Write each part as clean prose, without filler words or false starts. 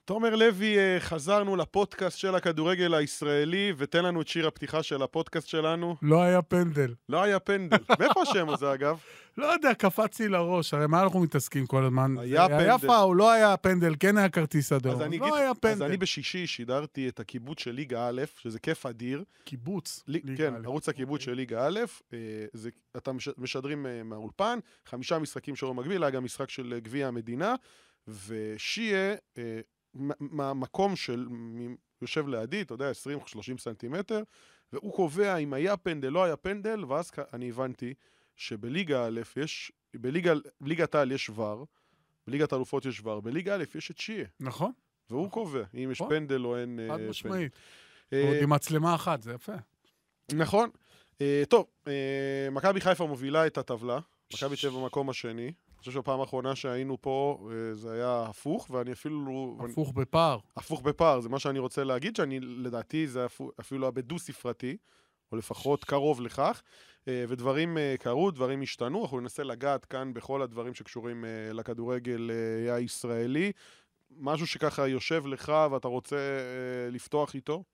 תומר לוי, חזרנו לפודקאסט של הכדורגל הישראלי, ותן לנו את שיר הפתיחה של הפודקאסט שלנו. לא היה פנדל. לא היה פנדל. מאיפה השם הזה, אגב? לא יודע, קפצתי לראש, הרי מה אנחנו מתעסקים כל הזמן? היה פנדל. היה פאול, לא היה פנדל, כן היה כרטיס אדום. לא היה פנדל. אז אני בשישי שידרתי את הקיבוץ של ליגה א', שזה כיף אדיר. קיבוץ? כן, ערוץ הקיבוץ של ליגה א', אתם משדרים מהאולפן, 5 משחקים שלו מקביל, היה גם משחק של גביע המדינה, ושיה, מהמקום של יושב לידי, אתה יודע, 20-30 סנטימטר, והוא קובע אם היה פנדל, לא היה פנדל, ואז אני הבנתי שבליגה א' יש, בליגת העל יש ור, בליגת האלופות יש ור, בליגה א' יש את שיה. נכון. והוא קובע, אם יש פנדל או אין חד משמעית. פנדל. עוד עם מצלמה אחת, זה יפה. נכון. טוב, מכבי חיפה מובילה את הטבלה, מכבי תל אביב במקום השני. אני חושב שהפעם האחרונה שהיינו פה זה היה הפוך, ואני אפילו... הפוך בפער. הפוך בפער, זה מה שאני רוצה להגיד, שאני לדעתי זה אפילו בדו ספרתי, או לפחות קרוב לכך, ודברים קרו, דברים השתנו, אנחנו ננסה לגעת כאן בכל הדברים שקשורים לכדורגל הישראלי, משהו שככה יושב לך ואתה רוצה לפתוח איתו?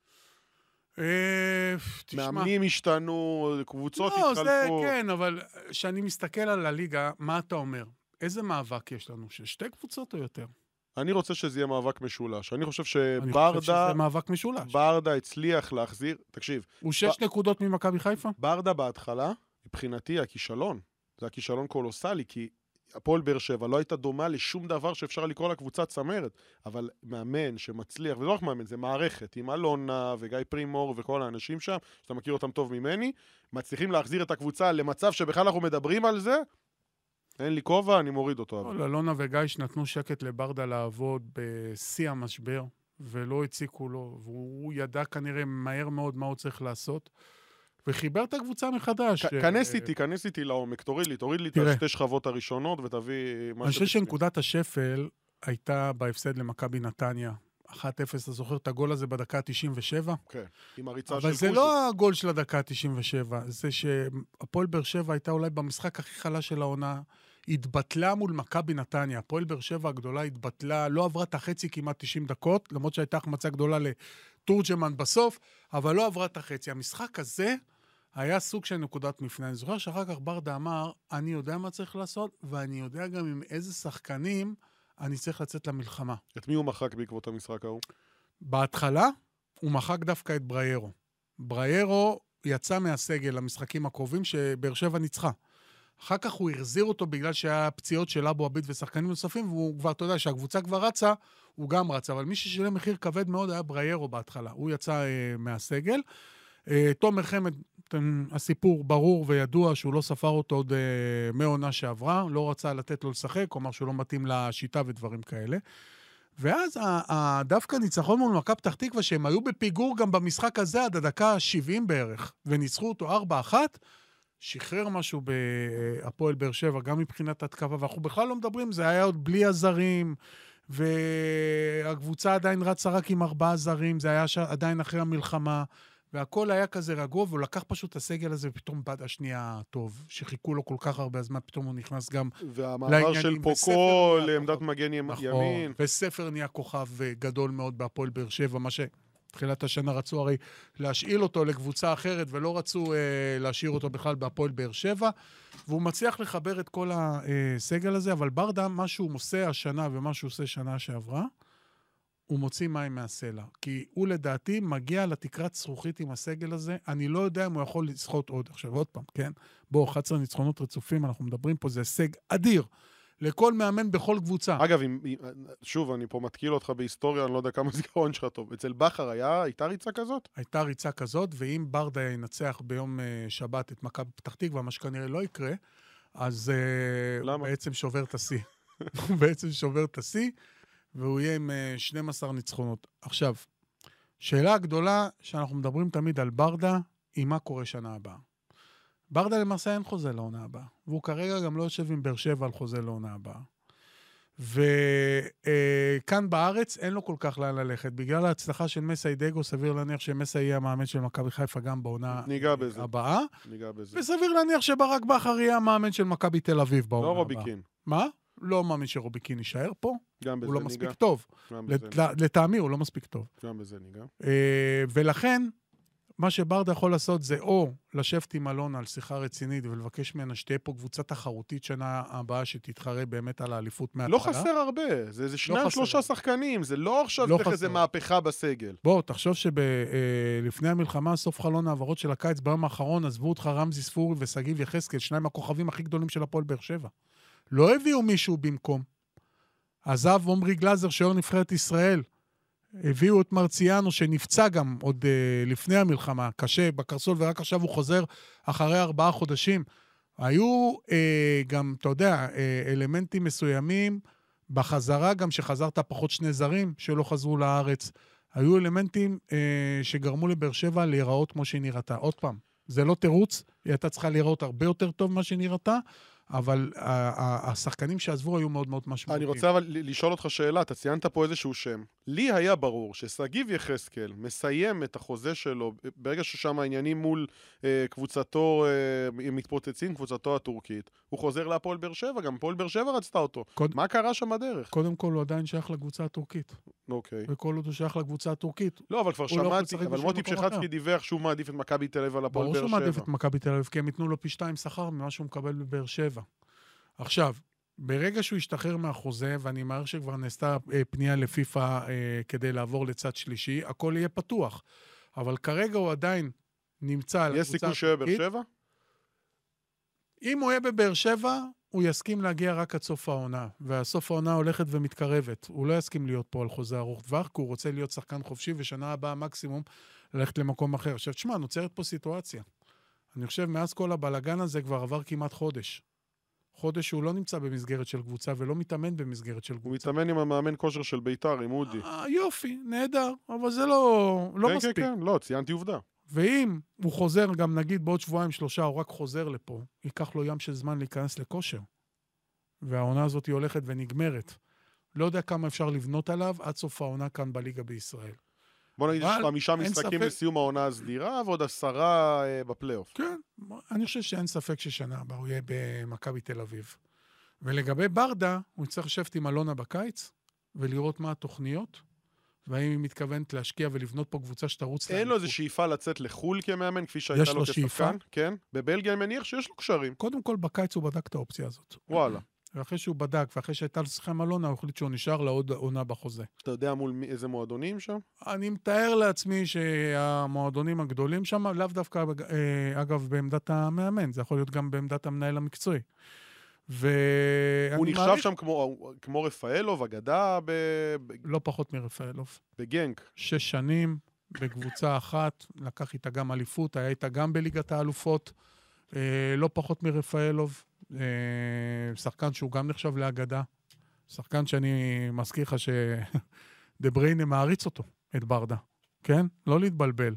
מאמנים השתנו, קבוצות התחלפו. לא, זה כן, אבל כשאני מסתכל על הליגה, מה אתה אומר? איזה מאבק יש לנו? ששתי קבוצות או יותר? אני רוצה שזה יהיה מאבק משולש. אני חושב שזה מאבק משולש. ברדה הצליח להחזיר, תקשיב. הוא 6 נקודות ממכבי חיפה? ברדה בהתחלה, מבחינתי, הכישלון. זה הכישלון קולוסלי, כי הפועל באר שבע לא הייתה דומה לשום דבר שאפשר לקרוא לקבוצת צמרת, אבל מאמן שמצליח, וזה לא רק מאמן, זה מערכת, עם אלונה וגיא פרימור וכל האנשים שם, שאתה מכיר אותם טוב ממני, מצליחים להחזיר את הקבוצה למצב שבכלל אנחנו מדברים על זה, אין לי כובע, אני מוריד אותו. אלונה וגיא שנתנו שקט לברדה לעבוד בשיא המשבר, ולא הציקו לו, והוא ידע כנראה מהר מאוד מה הוא צריך לעשות, וחיבר את הקבוצה מחדש. כנס איתי לעומק, תוריד לי את השתי שכבות הראשונות ותביא... אני חושב שנקודת השפל הייתה בהפסד למכבי נתניה. 1-0, אתה זוכר את הגול הזה בדקה 97? כן, עם הריצה של אבל זה לא הגול של הדקה 97, זה שהפועל באר שבע הייתה אולי במשחק הכי חלש של העונה, התבטלה מול מכבי נתניה. הפועל באר שבע הגדולה התבטלה, לא עברה את החצי כמעט 90 דקות, למרות שהייתה החמצה גדולה לטורג'מן בסוף, אבל לא עברה את החצי. המשחק הזה היה סוג של נקודת מפנה. אני זוכר שאחר כך ברדה אמר, אני יודע מה צריך לעשות, ואני יודע גם עם איזה שחקנים אני צריך לצאת למלחמה. את מי הוא מחק בעקבות המשחק ההוא? בהתחלה הוא מחק דווקא את בריירו. בריירו יצא מהסגל למשחקים הקרובים שבאר שבע ניצחה. אחר כך הוא החזיר אותו בגלל שהיה פציעות של אבו עביד ושחקנים נוספים, והוא כבר, אתה יודע, שהקבוצה כבר רצה, הוא גם רצה, אבל מי ששילם מחיר כבד מאוד היה בריירו בהתחלה. הוא יצא מהסגל. תומר חמד, הסיפור ברור וידוע שהוא לא ספר אותו עוד מעונה שעברה, לא רצה לתת לו לשחק, אומר שהוא לא מתאים לשיטה ודברים כאלה. ואז דווקא ניצחון מול מכבי פתח תקווה, שהם היו בפיגור גם במשחק הזה עד הדקה 70 בערך, וניצחו אותו 4-1, שחרר משהו בהפועל באר שבע, גם מבחינת התקפה, ואנחנו בכלל לא מדברים, זה היה עוד בלי הזרים, והקבוצה עדיין רצה רק עם 4 זרים, זה היה עדיין אחרי המלחמה, והכל היה כזה רגוע, והוא לקח פשוט את הסגל הזה, ופתאום בד השנייה טוב, שחיכו לו כל כך הרבה זמן, פתאום הוא נכנס גם והמעבר של פוקו לעמדת מגן ימין. וספר נהיה כוכב גדול מאוד בהפועל באר שבע, מה שתחילת השנה רצו הרי להשאיל אותו לקבוצה אחרת, ולא רצו להשאיר אותו בכלל בהפועל באר שבע, והוא מצליח לחבר את כל הסגל הזה, אבל ברדה, מה שהוא עושה השנה ומה שהוא עושה שנה שעברה, הוא מוציא מים מהסלע, כי הוא לדעתי מגיע לתקרת זכוכית עם הסגל הזה, אני לא יודע אם הוא יכול לסחוט עוד, עכשיו עוד פעם, כן? 11 ניצחונות רצופים, אנחנו מדברים פה, זה הישג אדיר, לכל מאמן בכל קבוצה. אגב, שוב, אני פה מתקיל אותך בהיסטוריה, אני לא יודע כמה זיכרון שלך טוב, אצל בכר הייתה ריצה כזאת? הייתה ריצה כזאת, ואם ברדה ינצח ביום שבת את מכבי פתח תקווה, מה שכנראה לא יקרה, אז הוא בעצם שובר את השיא. הוא בעצם שובר את השיא, והוא יהיה עם 12 ניצחונות. עכשיו, שאלה הגדולה שאנחנו מדברים תמיד על ברדה, היא מה קורה שנה הבאה. ברדה למעשה אין חוזה לעונה הבאה, והוא כרגע גם לא יושב עם באר שבע על חוזה לעונה הבאה. וכאן בארץ אין לו כל כך לאן ללכת, בגלל ההצלחה של מסי דגו, סביר להניח שמסי יהיה המאמן של מכבי חיפה גם בעונה הבאה. וסביר להניח שברק בכר יהיה המאמן של מכבי תל אביב בעונה הבאה. לא רובי קין. מה? לא מאמין שרובי קין יישאר פה, גם בזה הוא לא ניגע. מספיק טוב. גם בזה לטעמי הוא לא מספיק טוב. גם בזה ניגע. ולכן, מה שברדה יכול לעשות זה או לשבת עם אלונה על שיחה רצינית ולבקש ממנה שתהיה פה קבוצה תחרותית שנה הבאה שתתחרה באמת על האליפות מההתחלה. לא חסר הרבה, זה שניים שלושה שחקנים, זה לא עכשיו צריך איזה מהפכה בסגל. בוא, תחשוב שלפני המלחמה, סוף חלון העברות של הקיץ, ביום האחרון עזבו אותך רמזי ספורי וסגיב יחזקאל, שניים הכוכבים הכי גדולים של הפועל באר שבע. לא הביאו מישהו במקום. עזב עומרי גלאזר, שוער נבחרת ישראל. הביאו את מרציאנו שנפצע גם עוד לפני המלחמה, קשה בקרסול, ורק עכשיו הוא חוזר אחרי 4 חודשים. היו גם, אתה יודע, אלמנטים מסוימים בחזרה, גם שחזרת פחות 2 זרים שלא חזרו לארץ. היו אלמנטים שגרמו לבאר שבע להיראות כמו שהיא נראתה. עוד פעם, זה לא תירוץ, היא הייתה צריכה להיראות הרבה יותר טוב מה שנראתה, אבל השחקנים שעזבו היו מאוד מאוד משמעותיים. אני רוצה אבל לשאול אותך שאלה, אתה ציינת פה איזשהו שם. לי היה ברור שסגיב יחזקאל מסיים את החוזה שלו, ברגע ששם העניינים מול קבוצתו מתפוצצים, קבוצתו הטורקית, הוא חוזר להפועל באר שבע, גם הפועל באר שבע רצתה אותו. מה קרה שם בדרך? קודם כל הוא עדיין שייך לקבוצה הטורקית. אוקיי. וכל עוד הוא שייך לקבוצה הטורקית. לא, אבל כבר שמעתי, אבל מוטי פשחצקי דיווח שהוא מעדיף את מכבי תל אביב על הפועל באר שבע. ברור שהוא מעדיף את מכבי תל אביב, כי הם ייתנו לו פי 2 שכר ממה שהוא מקבל בבאר שבע. עכשיו, ברגע שהוא ישתחרר מהחוזה, ואני מעריך שכבר נעשתה פנייה לפיפה כדי לעבור לצד שלישי, הכל יהיה פתוח. אבל כרגע הוא עדיין נמצא על יש סיכוי שיהיה בבאר שבע? אם הוא יהיה בבאר שבע, הוא יסכים להגיע רק עד סוף העונה, והסוף העונה הולכת ומתקרבת. הוא לא יסכים להיות פה על חוזה ארוך טווח, כי הוא רוצה להיות שחקן חופשי, ושנה הבאה מקסימום ללכת למקום אחר. עכשיו, תשמע, נוצרת פה סיטואציה. אני חושב, מאז כל הבלגן הזה כבר עבר כמעט חודש. חודש שהוא לא נמצא במסגרת של קבוצה, ולא מתאמן במסגרת של קבוצה. הוא מתאמן עם המאמן כושר של ביתר, עם אודי. יופי, נהדר, אבל זה לא מספיק. כן, כן, לא, ציינתי עובדה. ואם הוא חוזר, גם נגיד בעוד 2-3, הוא רק חוזר לפה, ייקח לו ים של זמן להיכנס לכושר. והעונה הזאת היא הולכת ונגמרת. לא יודע כמה אפשר לבנות עליו עד סוף העונה כאן בליגה בישראל. בוא נגיד 5 משחקים לסיום העונה הסדירה, ועוד 10 בפלייאוף. כן, אני חושב שאין ספק ששנה הבאה הוא יהיה במכבי תל אביב. ולגבי ברדה, הוא יצטרך לשבת עם אלונה בקיץ, ולראות מה התוכניות, והאם היא מתכוונת להשקיע ולבנות פה קבוצה שתרוץ אין לו איזה שאיפה לצאת לחול כמאמן, כפי שהייתה לו כשחקן? כן. בבלגיה אני מניח שיש לו קשרים. קודם כל, בקיץ הוא בדק את האופציה הזאת. וואלה. ואחרי שהוא בדק, ואחרי שהייתה לו שיחה עם אלונה, הוא החליט שהוא נשאר לעוד עונה בחוזה. אתה יודע מול איזה מועדונים שם? אני מתאר לעצמי שהמועדונים הגדולים שם, לאו דווקא, אגב, בעמדת המאמן, זה יכול להיות גם בעמדת המנהל המקצועי. הוא נחשב שם כמו רפאלוב, אגדה לא פחות מרפאלוב. בגנק. 6 שנים, בקבוצה אחת, לקח איתה גם אליפות, היה איתה גם בליגת האלופות, לא פחות מרפאלוב, שחקן שהוא גם נחשב לאגדה, שחקן שאני מזכיר לך שדבריינה מעריץ אותו, את ברדה, כן? לא להתבלבל.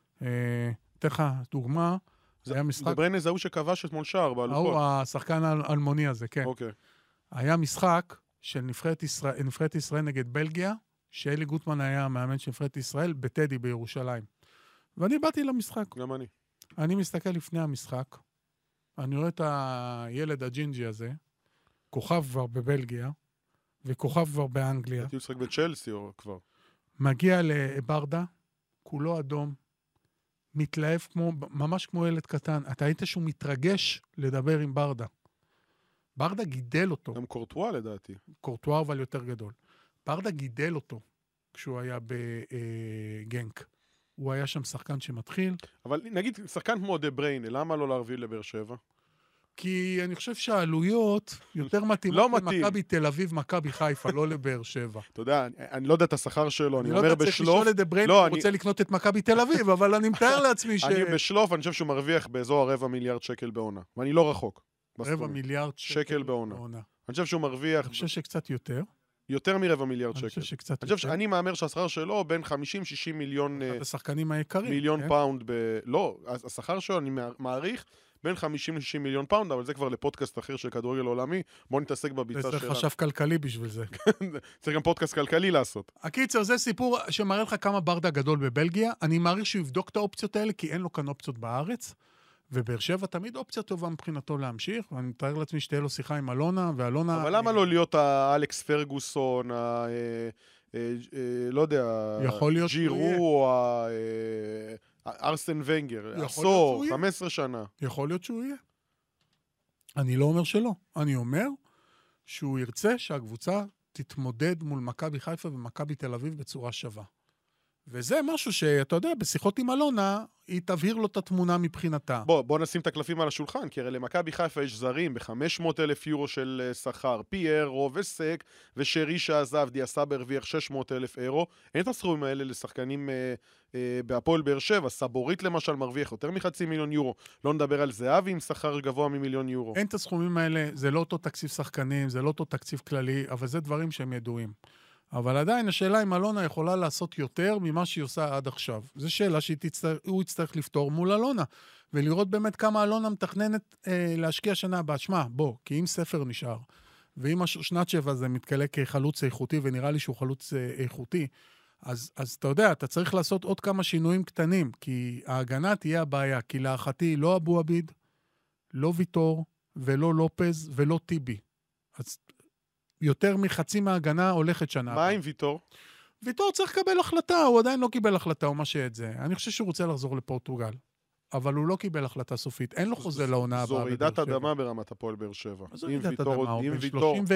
תכף, דוגמה, זה היה משחק... דבריינה זה הוא שכבש אתמול שער באלופות. הוא השחקן האלמוני הזה, כן. אוקיי. היה משחק של נבחרת ישראל נגד בלגיה, שאלי גוטמן היה המאמן של נבחרת ישראל, בטדי בירושלים. ואני באתי למשחק. גם אני. אני מסתכל לפני המשחק, אני רואה את הילד הג'ינג'י הזה, כוכב כבר בבלגיה, וכוכב כבר באנגליה. הייתי משחק בצ'לסי או כבר. מגיע לברדה, כולו אדום, מתלהב ממש כמו ילד קטן. אתה היית שהוא מתרגש לדבר עם ברדה. ברדה גידל אותו. גם קורטואה לדעתי. קורטואה אבל יותר גדול. ברדה גידל אותו כשהוא היה בגנק. הוא היה שם שחקן שמתחיל. אבל נגיד, שחקן כמו דבריינה, למה לא להרביל לבאר שבע? כי אני חושב שהעלויות יותר מתאימות למכבי תל אביב, מכבי חיפה, לא לבאר שבע. אתה יודע, אני לא יודע את השכר שלו, אני אומר בשלוף. אני לא יודע, צריך לשאול את דבריינה, הוא רוצה לקנות את מכבי תל אביב, אבל אני מתאר לעצמי אני בשלוף, אני חושב שהוא מרוויח באזור 250 מיליארד שקל בעונה. ואני לא רחוק. 250 מיליארד שקל בעונה. אני חושב שהוא מרוויח... אני חושב שקצת יותר. יותר מ250 מיליארד שקל. אני חושב שקצת יותר. אני חושב שאני מאמר שהשכר שלו בין 50-60 מיליון... השחקנים היקרים. מיליון פאונד לא, השכר שלו אני מעריך בין 50-60 מיליון פאונד, אבל זה כבר לפודקאסט אחר של כדורגל עולמי. בוא נתעסק בביצה שלנו. זה חשב כלכלי בשביל זה. צריך גם פודקאסט כלכלי לעשות. הקיצר, זה סיפור שמראה לך כמה ברדה גדול בבלגיה. אני מעריך שהוא יבדוק את האופציות האלה, כי אין לו כאן אופציות בארץ. ובאר שבע תמיד אופציה טובה מבחינתו להמשיך, ואני מתאר לעצמי שתהיה לו שיחה עם אלונה, ואלונה... אבל למה לא להיות האלכס פרגוסון, לא יודע, ג'ירו או ארסן ונגר, עשור, 15 שנה. יכול להיות שהוא יהיה. אני לא אומר שלא. אני אומר שהוא ירצה שהקבוצה תתמודד מול מכבי חיפה ומכבי תל אביב בצורה שווה. וזה משהו שאתה יודע, בשיחות עם אלונה, היא תבהיר לו את התמונה מבחינתה. בוא נשים את הקלפים על השולחן, כי הרי למכבי חיפה יש זרים ב-500,000 יורו של שכר, פיירו וסק, ושרי שעזב, דיאסאב הרוויח 600,000 אירו. אין את הסכומים האלה לשחקנים בהפועל באר שבע. סבורית למשל מרוויח יותר מ500,000 יורו. לא נדבר על זהבי עם שכר גבוה מ1,000,000 יורו. אין את הסכומים האלה, זה לא אותו תקציב שחקנים, זה לא אותו תקציב כללי, אבל זה דברים שהם ידועים. אבל עדיין השאלה אם אלונה יכולה לעשות יותר ממה שהיא עושה עד עכשיו. זו שאלה שהוא יצטרך לפתור מול אלונה, ולראות באמת כמה אלונה מתכננת להשקיע שנה הבאה. שמע, בוא, כי אם ספר נשאר, ואם השנצ'ב הזה מתקלה כחלוץ איכותי, ונראה לי שהוא חלוץ איכותי, אז אתה יודע, אתה צריך לעשות עוד כמה שינויים קטנים, כי ההגנה תהיה הבעיה, כי להערכתי לא אבו עביד, לא ויטור, ולא לופז, ולא טיבי. אז יותר מחצי מההגנה הולכת שנה. מה עם ויטור? ויטור צריך לקבל החלטה, הוא עדיין לא קיבל החלטה, הוא משהו את זה. אני חושב שהוא רוצה לחזור לפורטוגל, אבל הוא לא קיבל החלטה סופית. אין לו חוזה לעונה הבאה. זו רעידת אדמה ברמת הפועל באר שבע. זו רעידת אדמה, הוא בן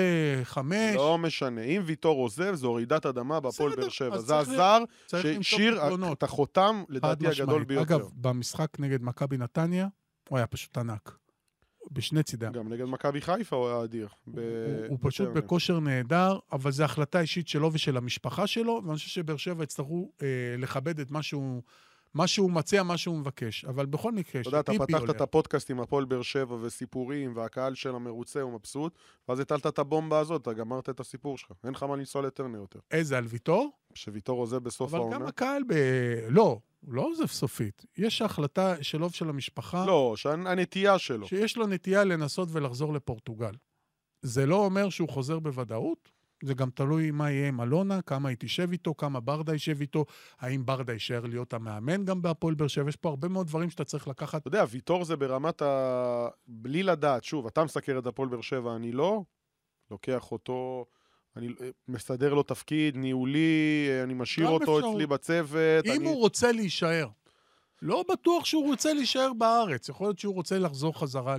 35. לא משנה, אם ויטור עוזב, זו רעידת אדמה בהפועל באר שבע. זה הזר ששיר את החותם, לדעתי הגדול ביותר. אגב, במשחק נגד מכבי נתניה, הוא היה פשוט ענק. בשני צידם. גם נגד מכבי חיפה הוא היה אדיר. הוא פשוט בכושר נהדר, אבל זו החלטה אישית שלו ושל המשפחה שלו, ואני חושב שבאר שבע יצטרכו לכבד את מה שהוא מציע, מה שהוא מבקש. אבל בכל מקרה... אתה יודע, אתה פתחת את הפודקאסט עם הפועל באר שבע וסיפורים, והקהל של המרוצה הוא מבסוט, ואז הטלת את הבומבה הזאת, אתה גמרת את הסיפור שלך. אין לך מה לנסוע לטרנר יותר. איזה, על ויטור? שוויטור עוזב בסוף העונה. אבל גם הקהל לא, הוא לא עוזב סופית. יש החלטה שלו ושל המשפחה... לא, הנטייה שלו. שיש לו נטייה לנסות ולחזור לפורטוגל. זה לא אומר שהוא חוזר בוודאות, זה גם תלוי מה יהיה עם אלונה, כמה היא תשב איתו, כמה ברדה יישב איתו, האם ברדה יישאר להיות המאמן גם בהפועל באר שבע, יש פה הרבה מאוד דברים שאתה צריך לקחת. אתה יודע, ויטור זה ברמת בלי לדעת, שוב, אתה מסקר את הפועל באר שבע, אני לא, לוקח אותו... אני מסדר לו תפקיד, ניהולי, אני משאיר אותו אצלי בצוות. אם הוא רוצה להישאר. לא בטוח שהוא רוצה להישאר בארץ. יכול להיות שהוא רוצה לחזור חזרה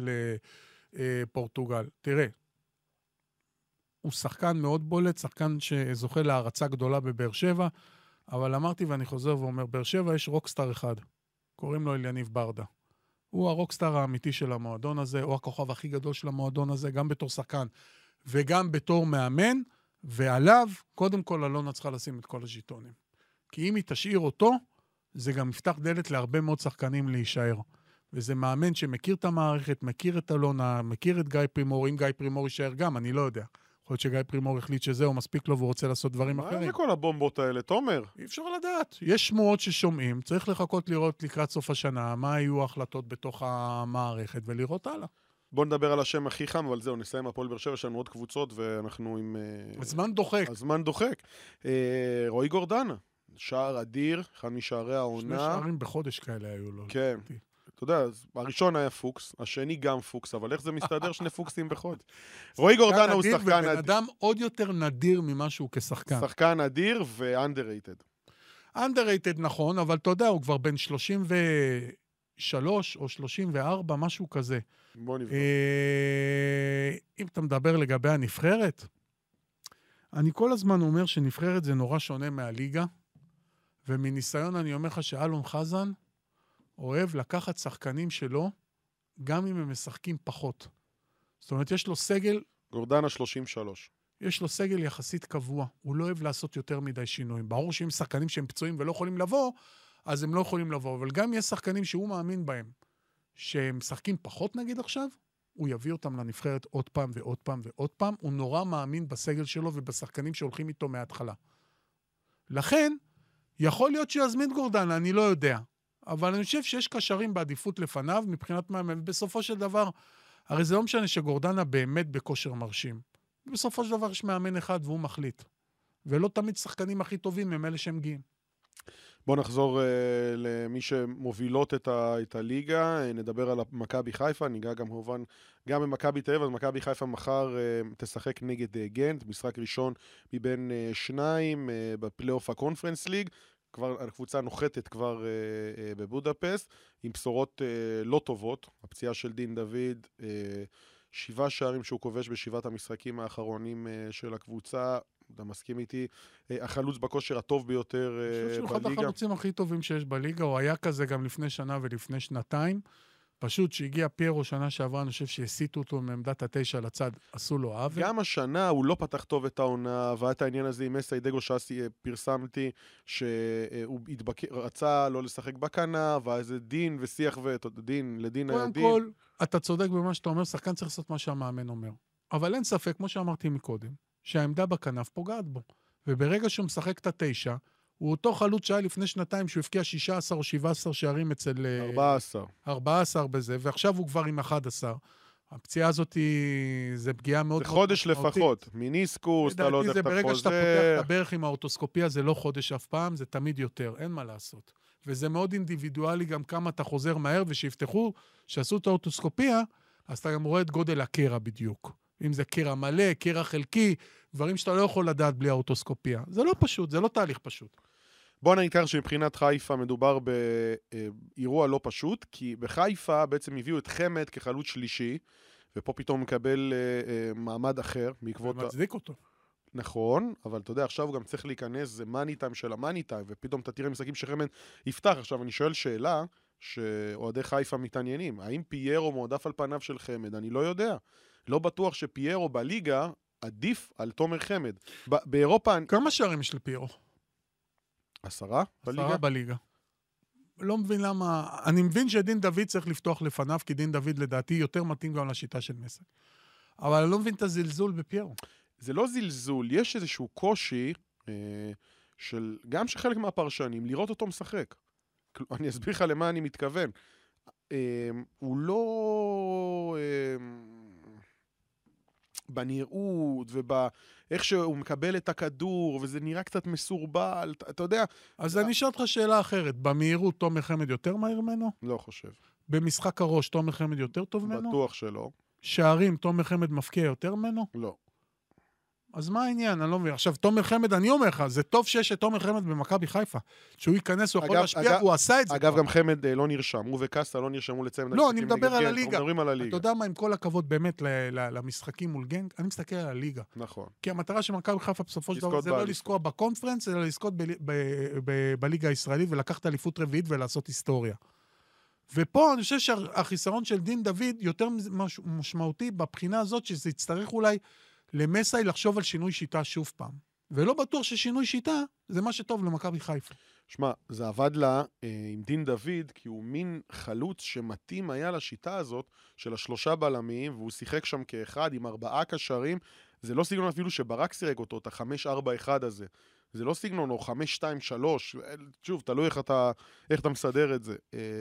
לפורטוגל. תראה, הוא שחקן מאוד בולט, שחקן שזוכה להערצה גדולה בבאר שבע, אבל אמרתי ואני חוזר ואומר, באר שבע יש רוקסטאר אחד. קוראים לו אליניב ברדה. הוא הרוקסטאר האמיתי של המועדון הזה, או הכוכב הכי גדול של המועדון הזה, גם בתור שחקן וגם בתור מאמן, ועליו, קודם כל, אלונה צריכה לשים את כל הז'יטונים. כי אם היא תשאיר אותו, זה גם יפתח דלת להרבה מאוד שחקנים להישאר. וזה מאמן שמכיר את המערכת, מכיר את אלונה, מכיר את גיא פרימור, אם גיא פרימור יישאר גם, אני לא יודע. יכול להיות שגיא פרימור החליט שזהו, מספיק לו והוא רוצה לעשות דברים אחרים. מה זה כל הבומבות האלה, תומר? אי אפשר לדעת. יש שמועות ששומעים, צריך לחכות לראות לקראת סוף השנה, מה היו ההחלטות בתוך המערכת, ולראות הלאה. בוא נדבר על השם הכי חם, אבל זהו, נסיים הפועל באר שבע, יש לנו עוד קבוצות, ואנחנו עם... הזמן דוחק. הזמן דוחק. רועי גורדנה, שער אדיר, אחד משערי העונה. 2 שערים בחודש כאלה היו לו. כן. אתה יודע, הראשון היה פוקס, השני גם פוקס, אבל איך זה מסתדר 2 פוקסים בחודש? רועי גורדנה הוא שחקן אדיר. ובן אדם עוד יותר נדיר ממה שהוא כשחקן. שחקן אדיר ו-underrated. underrated נכון, אבל אתה יודע, הוא כבר בין 33 או 34, משהו כזה. בוא נבדוק. אם אתה מדבר לגבי הנבחרת, אני כל הזמן אומר שנבחרת זה נורא שונה מהליגה, ומניסיון אני אומר לך שאלון חזן אוהב לקחת שחקנים שלו, גם אם הם משחקים פחות. זאת אומרת, יש לו סגל... גורדנה 33. יש לו סגל יחסית קבוע. הוא לא אוהב לעשות יותר מדי שינויים. ברור שאם שחקנים שהם פצועים ולא יכולים לבוא, אז הם לא יכולים לבוא. אבל גם יש שחקנים שהוא מאמין בהם, שהם משחקים פחות נגיד עכשיו, הוא יביא אותם לנבחרת עוד פעם ועוד פעם ועוד פעם. הוא נורא מאמין בסגל שלו ובשחקנים שהולכים איתו מההתחלה. לכן, יכול להיות שיזמין גורדנה, אני לא יודע. אבל אני חושב שיש קשרים בעדיפות לפניו, מבחינת מאמן, ובסופו של דבר, הרי זה לא משנה שגורדנה באמת בכושר מרשים. בסופו של דבר יש מאמן אחד והוא מחליט. ולא תמיד שחקנים הכי טובים הם אלה שהם גאים. בוא נחזור למי שמובילות את הליגה, נדבר על מכבי חיפה, ניגע גם כמובן גם במכבי תל אביב, אז מכבי חיפה מחר תשחק נגד גנט, משחק ראשון מבין שניים בפלייאוף הקונפרנס ליג, כבר הקבוצה נוחתת כבר בבודפסט, עם בשורות לא טובות, הפציעה של דין דוד, 7 שערים שהוא כובש בשבעת המשחקים האחרונים של הקבוצה, אתה מסכים איתי, החלוץ בכושר הטוב ביותר בליגה. אני חושב שהוא אחד החלוצים הכי טובים שיש בליגה, הוא היה כזה גם לפני שנה ולפני שנתיים, פשוט שהגיע פיירו שנה שעברה, אני חושב שהסיטו אותו מעמדת 9 לצד, עשו לו עוול. גם השנה הוא לא פתח טוב את העונה, ואת העניין הזה עם מסיידגו שאסי פרסמתי, שהוא רצה לא לשחק בכנף, ואיזה דין ושיח דין לדין היה דין. קודם כל, אתה צודק במה שאתה אומר, שחקן צריך לעשות מה שהמאמן אומר. אבל אין ספק, כמו שאמרתי מקודם, שהעמדה בכנף פוגעת בו. וברגע שהוא משחק את 9, הוא אותו חלוץ שהיה לפני שנתיים שהוא הפקיע 16 או 17 שערים אצל... 14. 14 בזה, ועכשיו הוא כבר עם 11. הפציעה הזאת זה פגיעה מאוד... זה חודש לפחות. מיניסקוס, אתה לא יודע איך אתה חוזר. ברגע שאתה פותח את הברך עם האוטוסקופיה, זה לא חודש אף פעם, זה תמיד יותר, אין מה לעשות. וזה מאוד אינדיבידואלי גם כמה אתה חוזר מהר, ושיפתחו, שעשו את האוטוסקופיה, אז אתה גם רואה את גודל הקרע בדיוק. אם זה קרע מלא, קרע חלקי, דברים שאתה לא יכול לדעת בלי האוטוסקופיה. זה לא פשוט, זה לא תהליך פשוט. בוא נעיקר שמבחינת חיפה מדובר באירוע לא פשוט, כי בחיפה בעצם הביאו את חמד כחלוץ שלישי, ופה פתאום מקבל מעמד אחר, בעקבות... ומצדיק אותו. נכון, אבל אתה יודע, עכשיו הוא גם צריך להיכנס, זה מאני טיים של המאני טיים, ופתאום אתה תראה משחקים שחמד יפתח. עכשיו אני שואל שאלה, שאוהדי חיפה מתעניינים, האם פיירו מועדף על פניו של חמד? אני לא יודע. לא בטוח שפיירו בליגה עדיף על תומר חמד. באירופה... כמה שערים יש לפיירו? 10 בליגה? 10 בליגה. לא מבין למה... אני מבין שדין דוד צריך לפתוח לפניו, כי דין דוד לדעתי יותר מתאים גם לשיטה של מסי. אבל אני לא מבין את הזלזול בפיירו. זה לא זלזול, יש איזשהו קושי של... גם שחלק מהפרשנים, לראות אותו משחק. אני אסביר לך למה אני מתכוון. הוא לא... בנראות ובאיך שהוא מקבל את הכדור, וזה נראה קצת מסורבל, אתה יודע... אז אני אשאל אותך שאלה אחרת, במהירות תומר חמד יותר מהיר ממנו? לא חושב. במשחק הראש תומר חמד יותר טוב ממנו? בטוח שלא. שערים תומר חמד מפקיע יותר ממנו? לא. אז מה העניין? אני לא מבין. עכשיו, תומר חמד, אני אומר לך, זה טוב שיש את תומר חמד במכבי חיפה. שהוא ייכנס, הוא יכול להשפיע, הוא עשה את זה. אגב, גם חמד לא נרשם, הוא וקסטה לא נרשמו לצמד. לא, אני מדבר על הליגה. מדברים על הליגה. אתה יודע מה, עם כל הכבוד באמת למשחקים מול גנט, אני מסתכל על הליגה. נכון. כי המטרה של מכבי חיפה בסופו של דבר זה לא לזכות בקונפרנס, אלא לזכות בליגה הישראלית ולקחת אליפות רביעית ולעשות היסטוריה. ופה אני חושב שהחיסרון של דין דוד יותר משמעותי בבחינה הזאת, שזה יצטרך אולי למסי לחשוב על שינוי שיטה שוב פעם. ולא בטוח ששינוי שיטה זה מה שטוב למכבי חיפה. שמע, זה עבד לה עם דין דוד, כי הוא מין חלוץ שמתאים היה לשיטה הזאת של 3 בלמים, והוא שיחק שם כאחד עם 4 קשרים. זה לא סגנון אפילו שברק סירק אותו, את ה-5-4-1 הזה. זה לא סגנון, או 5-2-3. שוב, תלוי איך אתה מסדר את זה.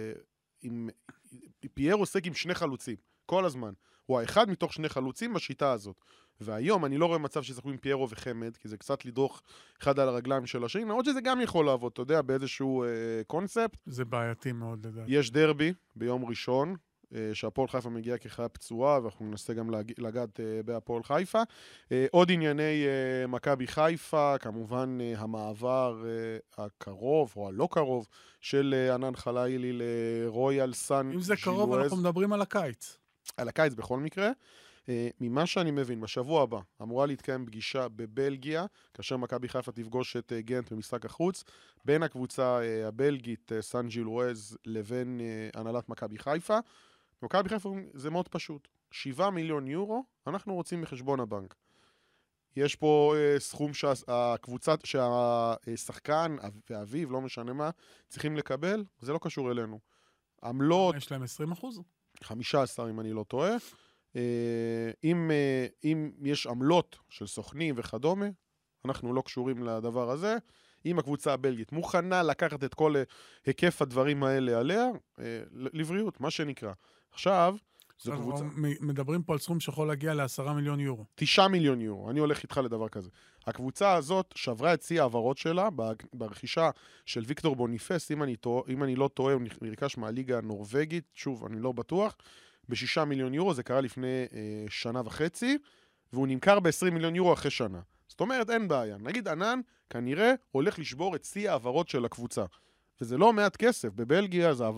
פייר עוסק עם 2 חלוצים, כל הזמן. הוא האחד מתוך 2 חלוצים בשיטה הזאת. והיום אני לא רואה מצב שישחקו עם פיירו וחמד, כי זה קצת לדרוך אחד על הרגליים של השני, למרות שזה גם יכול לעבוד, אתה יודע, באיזשהו קונספט. זה בעייתי מאוד לדעת. יש דרבי ביום ראשון, שהפועל חיפה מגיע כחיה פצועה, ואנחנו ננסה גם לגעת בהפועל חיפה. עוד ענייני מכבי חיפה, כמובן המעבר הקרוב או הלא קרוב של ענן חלילי לרויאל סן ג'ילואז'. אם זה קרוב, אנחנו מדברים על הקיץ. על הקיץ בכל מקרה. ממה שאני מבין, בשבוע הבא אמורה להתקיים פגישה בבלגיה, כאשר מכבי חיפה תפגוש את גנט במשחק החוץ, בין הקבוצה הבלגית סן ג'ילואז' לבין הנהלת מכבי חיפה. מכבי חיפה זה מאוד פשוט. 7 מיליון יורו, אנחנו רוצים מחשבון הבנק. יש פה סכום שהקבוצה, שהשחקן ואביו, לא משנה מה, צריכים לקבל, זה לא קשור אלינו. עמלות... יש להם 20%? 15 אם אני לא טועה. אם יש עמלות של סוכנים וכדומה, אנחנו לא קשורים לדבר הזה. אם הקבוצה הבלגית מוכנה לקחת את כל היקף הדברים האלה עליה, לבריאות, מה שנקרא. עכשיו... זו אנחנו קבוצה. מדברים פה על סכום שיכול להגיע ל10 מיליון יורו. 9 מיליון יורו, אני הולך איתך לדבר כזה. הקבוצה הזאת שברה את שיא העברות שלה ברכישה של ויקטור בוניפס, אם אני לא טועה, הוא נרכש מהליגה הנורווגית, שוב, אני לא בטוח, ב6 מיליון יורו, זה קרה לפני שנה וחצי, והוא נמכר ב20 מיליון יורו אחרי שנה. זאת אומרת, אין בעיה. נגיד ענן, כנראה, הולך לשבור את שיא העברות של הקבוצה. וזה לא מעט כסף. בבלגיה זה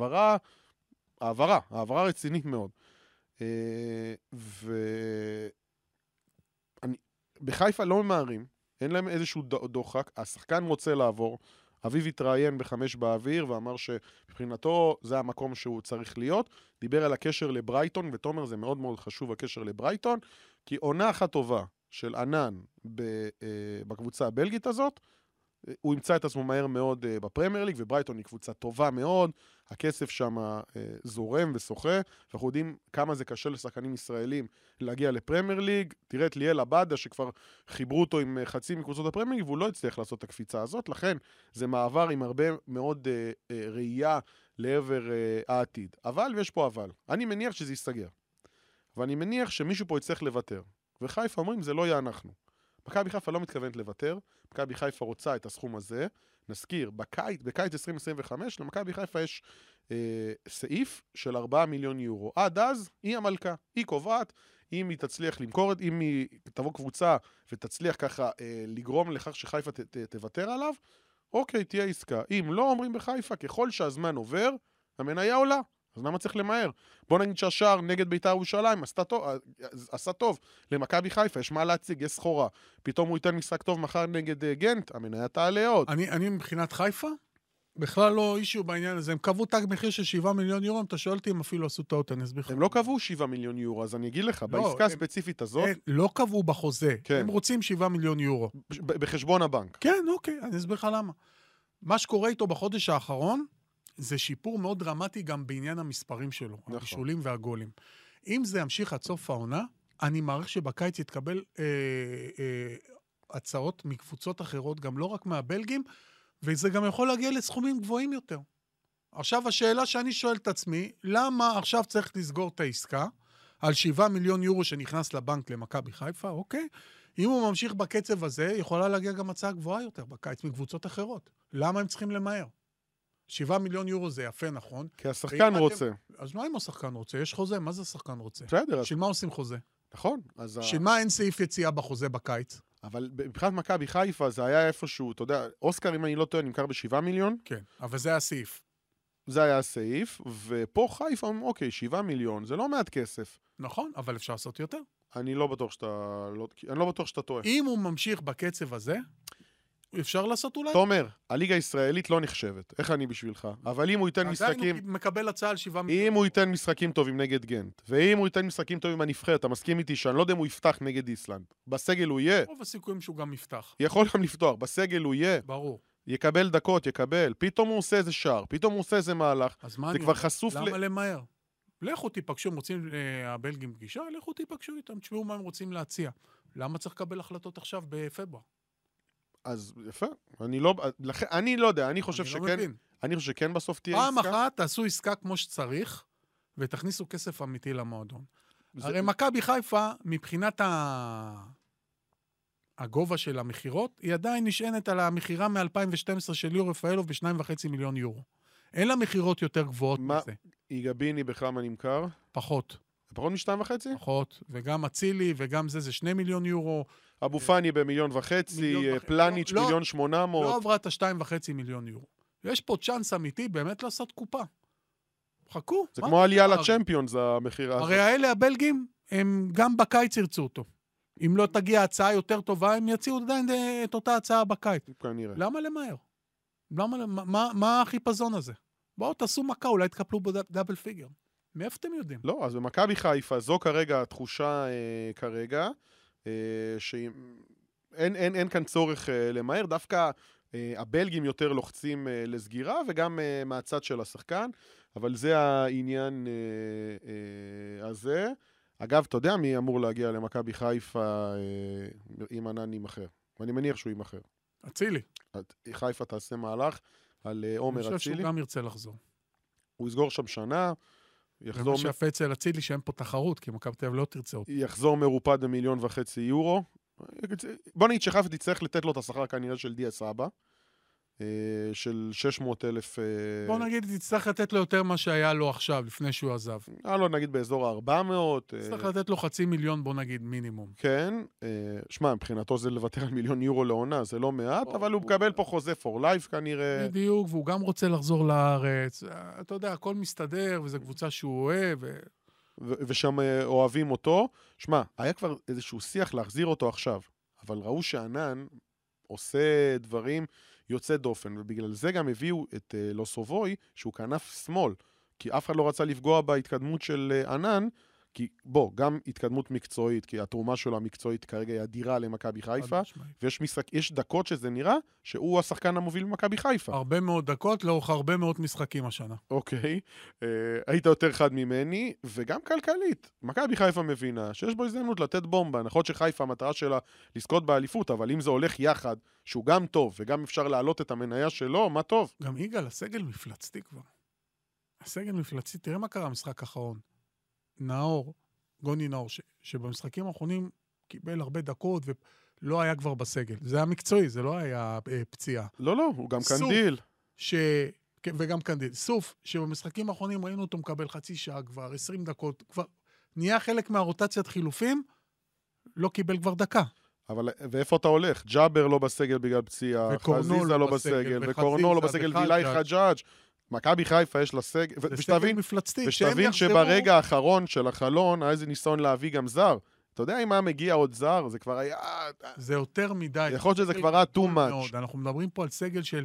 העברה רצינית מאוד. בחיפה לא ממהרים, אין להם איזשהו דוחק, השחקן רוצה לעבור, אביב התראיין ב5 באוויר ואמר שמבחינתו זה המקום שהוא צריך להיות, דיבר על הקשר לברייטון, ותומר זה מאוד מאוד חשוב הקשר לברייטון, כי עונה אחת טובה של ענן בקבוצה הבלגית הזאת, הוא ימצא את עצמו מהר מאוד בפרמייר ליג, וברייטון היא קבוצה טובה מאוד, הכסף שם זורם ושוחה, ואנחנו יודעים כמה זה קשה לשחקנים ישראלים להגיע לפרמייר ליג. תראה את ליאל עבדה שכבר חיברו אותו עם חצי מקבוצות הפרמייר ליג, והוא לא הצליח לעשות את הקפיצה הזאת, לכן זה מעבר עם הרבה מאוד ראייה לעבר העתיד. אבל, ויש פה אבל, אני מניח שזה יסתגר, ואני מניח שמישהו פה יצטרך לוותר, וחיפה אומרים זה לא יהיה אנחנו. מכבי חיפה לא מתכוונת לוותר, מכבי חיפה רוצה את הסכום הזה, נזכיר, בקיץ 2025, למכבי חיפה יש סעיף של 4 מיליון יורו. עד אז, היא המלכה, היא קובעת, אם היא תצליח למכור, אם היא תבוא קבוצה ותצליח ככה לגרום לכך שחיפה תוותר עליו, אוקיי, תהיה עסקה. אם לא אומרים בחיפה, ככל שהזמן עובר, המניה עולה. אז למה צריך למהר? בוא נגיד שהשער נגד בית"ר ירושלים עשה טוב למכבי חיפה, יש מה להציג, יש סחורה. פתאום הוא ייתן משחק טוב מחר נגד גנט, המניה תעלה עוד. אני מבחינת חיפה, בכלל לא אישיו בעניין הזה. הם קבעו תג מחיר של 7 מיליון יורו, אם אתה שואל אותי, הם אפילו עשו טעות, אני אסביר לך. הם לא קבעו 7 מיליון יורו, אז אני אגיד לך, בעסקה הספציפית הזאת... לא קבעו בחוזה, הם רוצים 7 מיליון יורו. בחשבון הבנק. כן, אוקיי, אני אסביר לך למה. מה שקורה איתו בחודש האחרון, זה שיפור מאוד דרמטי גם בעניין המספרים שלו, נכון. הבישולים והגולים. אם זה ימשיך עד סוף העונה, אני מעריך שבקיץ יתקבל הצעות מקבוצות אחרות, גם לא רק מהבלגים, וזה גם יכול להגיע לסכומים גבוהים יותר. עכשיו השאלה שאני שואל את עצמי, למה עכשיו צריך לסגור את העסקה על 7 מיליון יורו שנכנס לבנק למכבי חיפה, אוקיי? אם הוא ממשיך בקצב הזה, יכולה להגיע גם הצעה גבוהה יותר בקיץ מקבוצות אחרות. למה הם צריכים למהר? 7 מיליון יורו זה יפה, נכון? כי השחקן רוצה. אז מה אם השחקן רוצה? יש חוזה, מה זה השחקן רוצה? בסדר. של מה עושים חוזה? נכון. של מה אין סעיף יציאה בחוזה בקיץ? אבל מבחינת מכבי חיפה זה היה איפשהו, אתה יודע, אוסקר, אם אני לא טועה, נמכר ב7 מיליון. כן, אבל זה הסעיף. זה היה הסעיף, ופה חיפה אומרים, אוקיי, 7 מיליון, זה לא מעט כסף. נכון, אבל אפשר לעשות יותר. אני לא בטוח שאתה טועה. אם הוא ממשיך בקצב הזה, אפשר לעשות אולי... תומר, הליגה הישראלית לא נחשבת. איך אני בשבילך? אבל אם הוא ייתן משחקים... עדיין הוא מקבל הצעה על 7 מיליון. אם הוא ייתן משחקים טובים נגד גנט, ואם הוא ייתן משחקים טובים בנבחרת, אתה מסכים איתי שאני לא יודע אם הוא יפתח נגד איסלנד. בסגל הוא יהיה. רוב הסיכויים שהוא גם יפתח. יכול גם לפתוח. בסגל הוא יהיה. ברור. יקבל דקות, יקבל. פתאום הוא עושה איזה שער, פתאום הוא עושה איזה מהלך. זה כבר חשוף למה למהר? לכו תיפגשו, הם רוצים הבלגים פגישה, לכו תיפגשו איתם, תשמעו מה הם רוצים להציע. למה צריך לקבל החלטות עכשיו בפברואר? אז יפה, אני לא יודע, אני חושב שכן בסוף תהיה עסקה. פעם אחת תעשו עסקה כמו שצריך, ותכניסו כסף אמיתי למועדון. הרי מכבי חיפה, מבחינת הגובה של המחירות, היא עדיין נשענת על המחירה מ-2012 של ליאור רפאלוב ב2.5 מיליון יורו. אין לה מחירות יותר גבוהות מזה. איגביני בכמה נמכר? פחות. פחות מ2.5? פחות, וגם אצילי, וגם זה 2 מיליון יורו. אבו פאני ב1.5 מיליון, פלניץ' 1.8 מיליון. לא עברה את 2.5 מיליון יורו. יש פה צ'אנס אמיתי באמת לעשות קופה. חכו. זה כמו עלייה לצ'מפיונס, המחירה הזאת. הרי האלה הבלגים, הם גם בקיץ ירצו אותו. אם לא תגיע הצעה יותר טובה, הם יציעו עדיין את אותה הצעה בקיץ. כנראה. למה למהר? מה החיפזון הזה? בואו תעשו מכה, אולי תקפלו בו דאבל פיגר. מאיפה אתם יודעים? לא, אז במכבי חיפה, זו כרגע התחושה כרגע, שאין כאן צורך למהר, דווקא הבלגים יותר לוחצים לסגירה, וגם מהצד של השחקן, אבל זה העניין הזה. אגב, אתה יודע מי אמור להגיע למכבי חיפה אם ענן יימחר? ואני מניח שהוא יימחר. אצילי. חיפה תעשה מהלך על עומר אצילי. אני חושב שהוא גם ירצה לחזור. הוא יסגור שם שנה, יחזור זה מה שיפה אצל אצילי שאין פה תחרות, כי מכבי תל אביב לא תרצה אותו. יחזור מרופד ב1.5 מיליון יורו. בוא נגיד שחיפה תצטרך לתת לו את השכר כנראה של דיה סבא, של 600,000... בוא נגיד, תצטרך לתת לו יותר מה שהיה לו עכשיו, לפני שהוא עזב. לא נגיד באזור ה-400. תצטרך לתת לו 500,000, בוא נגיד, מינימום. כן. שמע, מבחינתו זה לוותר על 1,000,000 יורו לעונה, זה לא מעט, אבל הוא מקבל פה חוזה for life כנראה. בדיוק, והוא גם רוצה לחזור לארץ. אתה יודע, הכל מסתדר, וזו קבוצה שהוא אוהב. ושם אוהבים אותו. שמע, היה כבר איזשהו שיח להחזיר אותו עכשיו, אבל ראו שענן עושה דברים יוצא דופן, ובגלל זה גם הביאו את לוסובוי, שהוא כנף שמאל, כי אף אחד לא רצה לפגוע בהתקדמות של ענן, כי בוא, גם התקדמות מקצועית, כי התרומה שלו המקצועית כרגע היא אדירה למכבי חיפה, ויש דקות שזה נראה שהוא השחקן המוביל במכבי חיפה. הרבה מאוד דקות, לאורך הרבה מאוד משחקים השנה. אוקיי, היית יותר חד ממני, וגם כלכלית. מכבי חיפה מבינה שיש בו הזדמנות לתת בומבה, נכון שחיפה המטרה שלה לזכות באליפות, אבל אם זה הולך יחד, שהוא גם טוב, וגם אפשר להעלות את המניה שלו, מה טוב? גם יגאל, הסגל מפלצתי כבר. הסגל מפלצתי, תראה מה קרה במשחק האחרון. נאור, גוני נאור, שבמשחקים האחרונים קיבל הרבה דקות ולא היה כבר בסגל. זה היה מקצועי, זה לא היה פציעה. לא, הוא גם קנדיל. וגם קנדיל. סוף, שבמשחקים האחרונים ראינו אותו מקבל חצי שעה כבר, 20 דקות, כבר נהיה חלק מהרוטציית חילופים, לא קיבל כבר דקה. אבל ואיפה אתה הולך? ג'אבר לא בסגל בגלל פציעה, חזיזה לא בסגל, וקורנו לא בסגל, ואילי חג'אג'. מכבי חיפה יש לה סגל, ושתבין שברגע האחרון של החלון, היה איזה ניסיון להביא גם זר. אתה יודע אם היה מגיע עוד זר, זה כבר היה... זה יותר מדי. יכול להיות שזה כבר היה too much. אנחנו מדברים פה על סגל של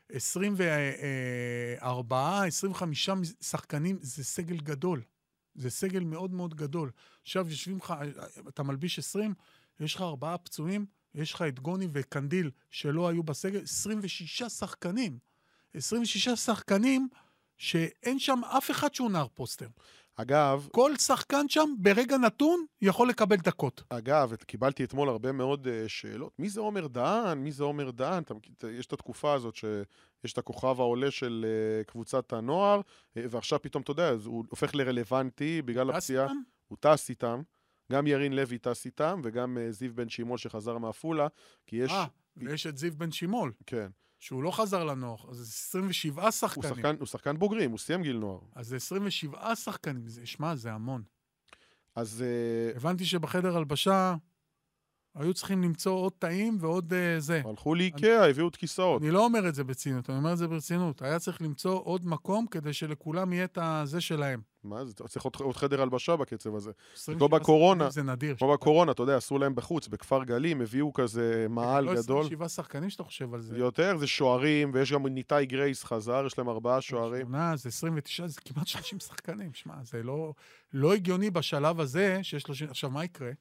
24, 25 שחקנים, זה סגל גדול. זה סגל מאוד מאוד גדול. עכשיו יושבים לך, אתה מלביש 20, יש לך 4 פצועים, יש לך את גוני וקנדיל שלא היו בסגל, 26 שחקנים. 26 שחקנים שאין שם אף אחד שהוא נער פוסטר. אגב... כל שחקן שם ברגע נתון יכול לקבל דקות. אגב, קיבלתי אתמול הרבה מאוד שאלות. מי זה עומר דהן? מי זה עומר דהן? יש את התקופה הזאת שיש את הכוכב העולה של קבוצת הנוער, ועכשיו פתאום, אתה יודע, הוא הופך לרלוונטי בגלל הפציעה. הוא טס איתם. גם ירין לוי טס איתם, וגם זיו בן שימול שחזר מהפולה, כי יש... ויש את זיו בן שימול. כן. שהוא לא חזר לנוער, אז זה 27 שחקנים. הוא שחקן בוגרים, הוא סיים גיל נוער. אז זה 27 שחקנים, שמע, זה המון. אז... הבנתי שבחדר הלבשה היו צריכים למצוא עוד טעים ועוד זה. הלכו לאיקאה, הביאו את כיסאות. אני לא אומר את זה בצינות, אני אומר את זה ברצינות. היה צריך למצוא עוד מקום כדי שלכולם יהיה את הזה שלהם. מה זה? צריך עוד חדר הלבשה בקצב הזה. כמו בקורונה, זה נדיר. כמו בקורונה, אתה יודע, עשו להם בחוץ, בכפר גלים, הביאו כזה מעל גדול. לא 27 שחקנים שאתה חושב על זה. יותר, זה שוערים, ויש גם ניטאי גרייס חזר, יש להם 4 שוערים. זה 29, זה כמעט 30 שחקנים. שמע, זה לא הגיוני בשלב הזה שיש 30... עכשיו, מה יקרה?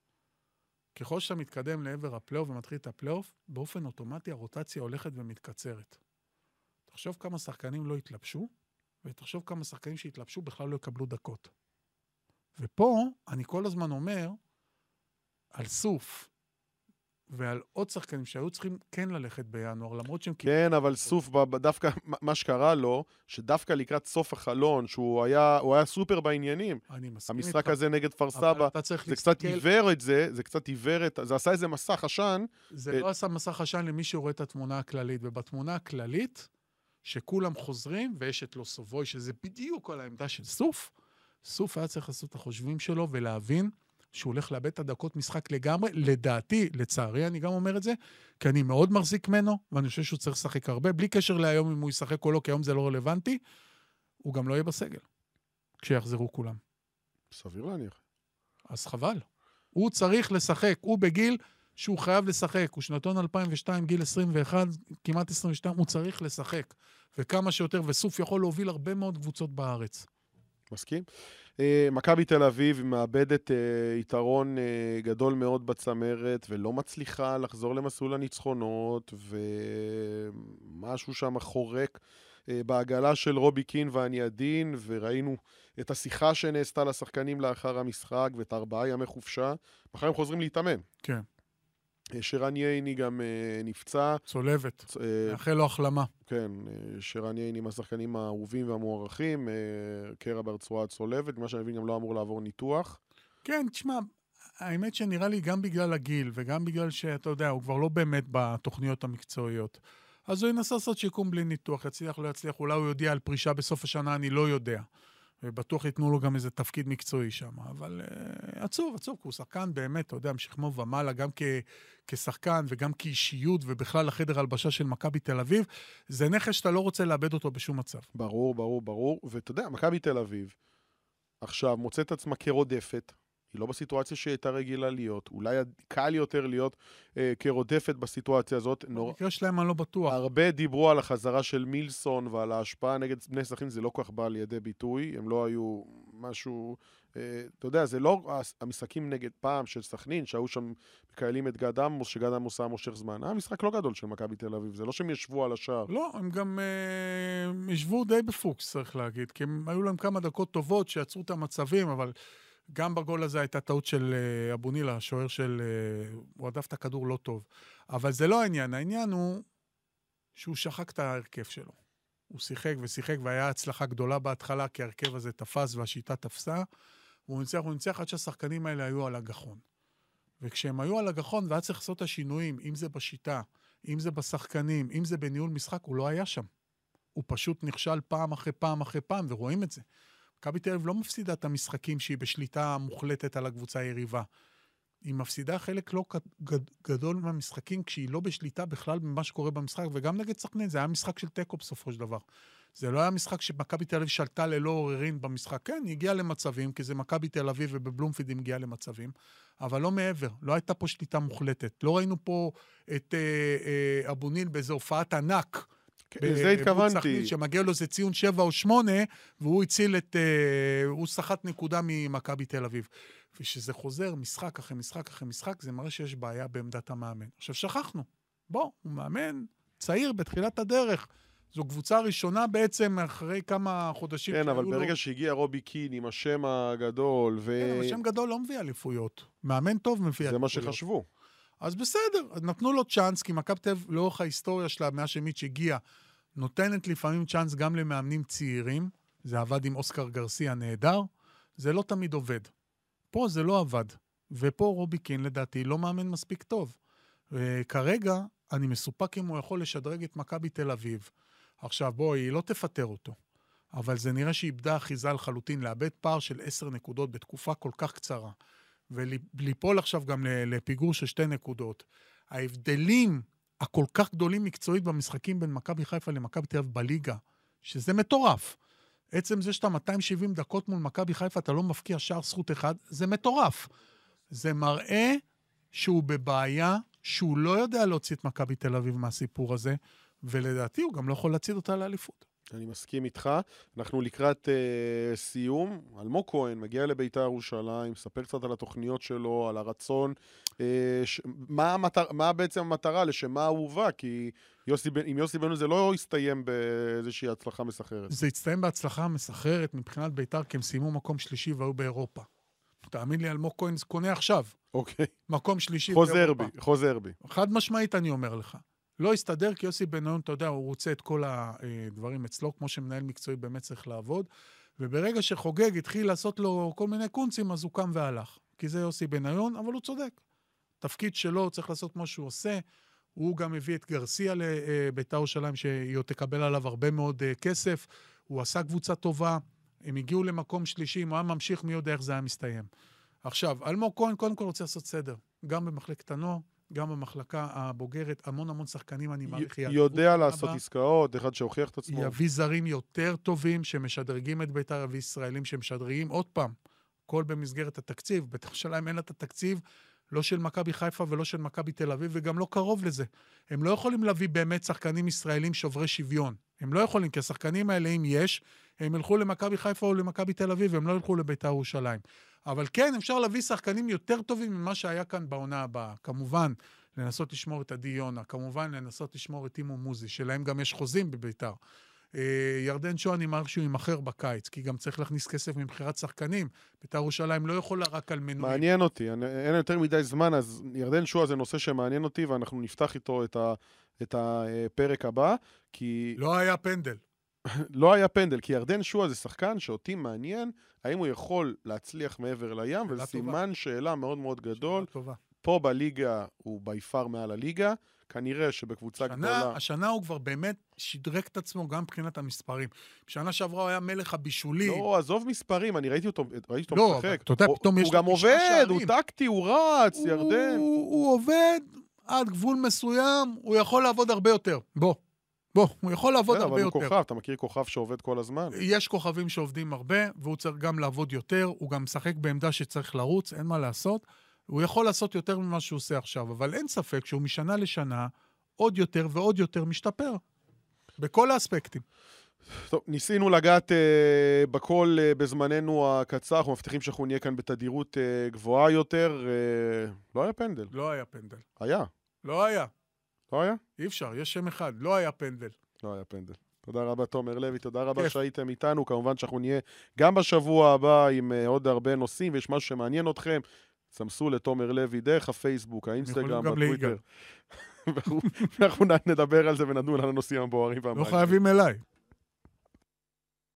ככל שאתה מתקדם לעבר הפלייאוף ומתחיל את הפלייאוף, באופן אוטומטי הרוטציה הולכת ומתקצרת. תחשוב כמה שחקנים לא יתלבשו, ותחשוב כמה שחקנים שהתלבשו בכלל לא יקבלו דקות. ופה אני כל הזמן אומר על סוף ועל עוד שחקנים שהיו צריכים כן ללכת בינואר, למרות שהם... כן, אבל סוף, דווקא מה שקרה לו, שדווקא לקראת סוף החלון, שהוא היה סופר בעניינים. המשחק הזה נגד כפר סבא, זה קצת עיוור את זה, זה עשה איזה מסך עשן. זה לא עשה מסך עשן למי שרואה את התמונה הכללית, ובתמונה הכללית, שכולם חוזרים, ויש את לוסובוי, שזה בדיוק על העמדה של סוף, סוף היה צריך לעשות את החושבים שלו, ולהבין שהוא הולך לאבד את הדקות משחק לגמרי, לדעתי, לצערי, אני גם אומר את זה, כי אני מאוד מחזיק ממנו, ואני חושב שהוא צריך לשחק הרבה, בלי קשר להיום אם הוא ישחק או לא, כי היום זה לא רלוונטי, הוא גם לא יהיה בסגל, כשיחזרו כולם. סביר להניח. אז חבל. הוא צריך לשחק, הוא בגיל שהוא חייב לשחק, הוא שנתון 2002, גיל 21, כמעט 22, הוא צריך לשחק, וכמה שיותר, וסוף יכול להוביל הרבה מאוד קבוצות בארץ. מסכים? מכבי תל אביב מאבדת יתרון גדול מאוד בצמרת, ולא מצליחה לחזור למסלול הניצחונות, ומשהו שם חורק בעגלה של רובי קין והניאדין, וראינו את השיחה שנעשתה לשחקנים לאחר המשחק, ואת 4 ימי חופשה. מחר הם חוזרים להתאמן. כן. שרן ייני גם נפצע. צולבת. מאחל לו החלמה. כן, שרן ייני מהשחקנים האהובים והמוערכים, קרע ברצועה הצולבת, מה שאני מבין גם לא אמור לעבור ניתוח. כן, תשמע, האמת שנראה לי גם בגלל הגיל, וגם בגלל שאתה יודע, הוא כבר לא באמת בתוכניות המקצועיות. אז הוא ינסה לעשות שיקום בלי ניתוח, יצליח, לא יצליח, אולי הוא יודיע על פרישה בסוף השנה, אני לא יודע. ובטוח ייתנו לו גם איזה תפקיד מקצועי שם, אבל עצוב, כי הוא שחקן באמת, אתה יודע, משכמו ומעלה, גם כשחקן וגם כאישיות, ובכלל החדר הלבשה של מכבי תל אביב, זה נכס שאתה לא רוצה לאבד אותו בשום מצב. ברור, ואתה יודע, מכבי תל אביב, עכשיו מוצאת עצמה כרודפת, היא לא בסיטואציה שהייתה רגילה להיות, אולי קל יותר להיות כרודפת בסיטואציה הזאת. במקרה שלהם אני לא בטוח. הרבה דיברו על החזרה של מילסון ועל ההשפעה נגד בני סכנין, זה לא כל כך בא לידי ביטוי, הם לא היו משהו, אתה יודע, זה לא המשחקים נגד פעם של סכנין, שהיו שם מקהלים את גד עמוס, שגד עמוס היה מושך זמן. המשחק לא גדול של מכבי תל אביב, זה לא שהם ישבו על השער. לא, הם גם ישבו די בפוקס, צריך להגיד, כי הם היו להם כמה דקות טובות שיצרו את המצבים, אבל גם בגול הזה הייתה טעות של אבו נילה, השוער של... הוא עדף את הכדור לא טוב. אבל זה לא העניין, העניין הוא שהוא שחק את ההרכב שלו. הוא שיחק ושיחק, והיה הצלחה גדולה בהתחלה, כי ההרכב הזה תפס והשיטה תפסה, והוא ניצח עד שהשחקנים האלה היו על הגחון. וכשהם היו על הגחון, והיה צריך לעשות את השינויים, אם זה בשיטה, אם זה בשחקנים, אם זה בניהול משחק, הוא לא היה שם. הוא פשוט נכשל פעם אחרי פעם אחרי פעם, ורואים את זה. מכבי תל אביב לא מפסידה את המשחקים שהיא בשליטה מוחלטת על הקבוצה היריבה. היא מפסידה חלק לא גדול מהמשחקים כשהיא לא בשליטה בכלל במה שקורה במשחק, וגם נגד סכנין, זה היה משחק של טקו בסופו של דבר. זה לא היה משחק שמכבי תל אביב שלטה ללא עוררין במשחק. כן, היא הגיעה למצבים, כי זה מכבי תל אביב ובבלומפיד היא הגיעה למצבים, אבל לא מעבר, לא הייתה פה שליטה מוחלטת. לא ראינו פה את אבו ניל באיזו הופעת ענק, זה התכוונתי. שמגיע לו זה ציון 7 או 8, והוא הציל הוא שחט נקודה ממכבי תל אביב. ושזה חוזר משחק אחרי משחק אחרי משחק, זה מראה שיש בעיה בעמדת המאמן. עכשיו שכחנו, הוא מאמן צעיר בתחילת הדרך. זו קבוצה ראשונה בעצם אחרי כמה חודשים. כן, אבל ברגע שהגיע רובי קין עם השם הגדול כן, אבל השם גדול לא מביא אליפויות. מאמן טוב מביא אליפויות. זה מה שחשבו. אז בסדר, נתנו לו צ'אנס, כי מכבי תל אביב לאורך ההיסטוריה שלה, מאז שמיץ' הגיע, נותנת לפעמים צ'אנס גם למאמנים צעירים, זה עבד עם אוסקר גרסיה נהדר, זה לא תמיד עובד. פה זה לא עבד, ופה רובי קין לדעתי לא מאמן מספיק טוב. וכרגע אני מסופק אם הוא יכול לשדרג את מכבי תל אביב. עכשיו היא לא תפטר אותו, אבל זה נראה שאיבדה אחיזה לחלוטין, לאבד פער של 10 נקודות בתקופה כל כך קצרה. וליפול עכשיו גם לפיגור של 2 נקודות. ההבדלים הכל כך גדולים מקצועית במשחקים בין מכבי חיפה למכבי תל אביב בליגה, שזה מטורף. עצם זה שאתה 270 דקות מול מכבי חיפה, אתה לא מפקיע שער זכות אחד, זה מטורף. זה מראה שהוא בבעיה, שהוא לא יודע להוציא את מכבי תל אביב מהסיפור הזה, ולדעתי הוא גם לא יכול להציד אותה לאליפות. אני מסכים איתך. אנחנו לקראת סיום. אלמוג כהן מגיע לבית"ר ירושלים, מספר קצת על התוכניות שלו, על הרצון. מה בעצם המטרה? לשמה אהובה? כי עם יוסי בנו זה לא הסתיים באיזושהי הצלחה מסחררת. זה הסתיים בהצלחה מסחררת מבחינת בית"ר, כי הם סיימו מקום שלישי והיו באירופה. תאמין לי, אלמוג כהן קונה עכשיו. אוקיי. מקום שלישי באירופה. חוזר בי. חד משמעית אני אומר לך. לא הסתדר, כי יוסי בניון, אתה יודע, הוא רוצה את כל הדברים אצלו, כמו שמנהל מקצועי באמת צריך לעבוד, וברגע שחוגג התחיל לעשות לו כל מיני קונצים, אז הוא קם והלך. כי זה יוסי בניון, אבל הוא צודק. תפקיד שלו צריך לעשות כמו שהוא עושה, הוא גם הביא את גרסיה לבית"ר ירושלים, שהיא תקבל עליו הרבה מאוד כסף, הוא עשה קבוצה טובה, הם הגיעו למקום שלישי, הוא היה ממשיך מי יודע איך זה היה מסתיים. עכשיו, אלמוג כהן קודם כל רוצה לעשות סדר, גם במחלקת הנוער, גם במחלקה הבוגרת, המון שחקנים אני מעריך. יודע לעשות עסקאות, אחד שהוכיח את עצמו. יביא זרים יותר טובים שמשדרגים את בית"ר, יביא ישראלים שמשדרגים עוד פעם, כל במסגרת התקציב, בית"ר ירושלים אין לה את התקציב, לא של מכבי חיפה ולא של מכבי תל אביב, וגם לא קרוב לזה. הם לא יכולים להביא באמת שחקנים ישראלים שוברי שוויון. הם לא יכולים, כי השחקנים האלה, אם יש, הם ילכו למכבי חיפה או למכבי תל אביב, הם לא ילכו לבית"ר ירושלים. אבל כן, אפשר להביא שחקנים יותר טובים ממה שהיה כאן בעונה הבאה. כמובן, לנסות לשמור את עדי יונה, כמובן, לנסות לשמור את אימו מוזי, שלהם גם יש חוזים בבית"ר. ירדן שואה, אני מעריך שהוא ימחר בקיץ, כי גם צריך להכניס כסף ממחירת שחקנים. בית"ר ירושלים לא יכולה רק על מנויים. מעניין אותי, אין יותר מדי זמן, אז ירדן שואה זה נושא שמעניין אותי, ואנחנו נפתח איתו את הפרק הבא, כי... לא היה פנדל. לא היה פנדל, כי ירדן שואה זה שחקן שאותי מעניין, האם הוא יכול להצליח מעבר לים, וזה סימן שאלה מאוד מאוד גדול. פה בליגה הוא ביפר מעל הליגה, כנראה שבקבוצה גדולה... השנה הוא כבר באמת שדרג את עצמו גם מבחינת המספרים. בשנה שעברה הוא היה מלך הבישולים. לא, עזוב מספרים, אני ראיתי אותו לא, משחק. אתה יודע, פתאום יש... הוא גם עובד, הוא טקטי, הוא רץ, ירדן. הוא עובד עד גבול מסוים, הוא יכול לעבוד הרבה יותר. בוא, הוא יכול לעבוד הרבה יותר. אבל הוא כוכב, אתה מכיר כוכב שעובד כל הזמן? יש כוכבים שעובדים הרבה, והוא צריך גם לעבוד יותר, הוא גם משחק בעמדה שצריך לרוץ, אין מה לעשות. הוא יכול לעשות יותר ממה שהוא עושה עכשיו, אבל אין ספק שהוא משנה לשנה עוד יותר ועוד יותר משתפר. בכל האספקטים. טוב, ניסינו לגעת בכל בזמננו הקצר, אנחנו מבטיחים שאנחנו נהיה כאן בתדירות גבוהה יותר. לא היה פנדל. לא היה פנדל. היה. לא היה. לא היה? אי אפשר, יש שם אחד. לא היה פנדל. לא היה פנדל. תודה רבה, תומר לוי, תודה רבה שהייתם איתנו. כמובן שאנחנו נהיה גם בשבוע הבא עם עוד הרבה נושאים, ויש משהו שמעניין אתכם. סמסו לתומר לוי דרך הפייסבוק, האינסטגרם, הטוויטר. ואנחנו נדבר על זה ונדון על הנושאים הבוערים והמעניינים. לא חייבים אליי.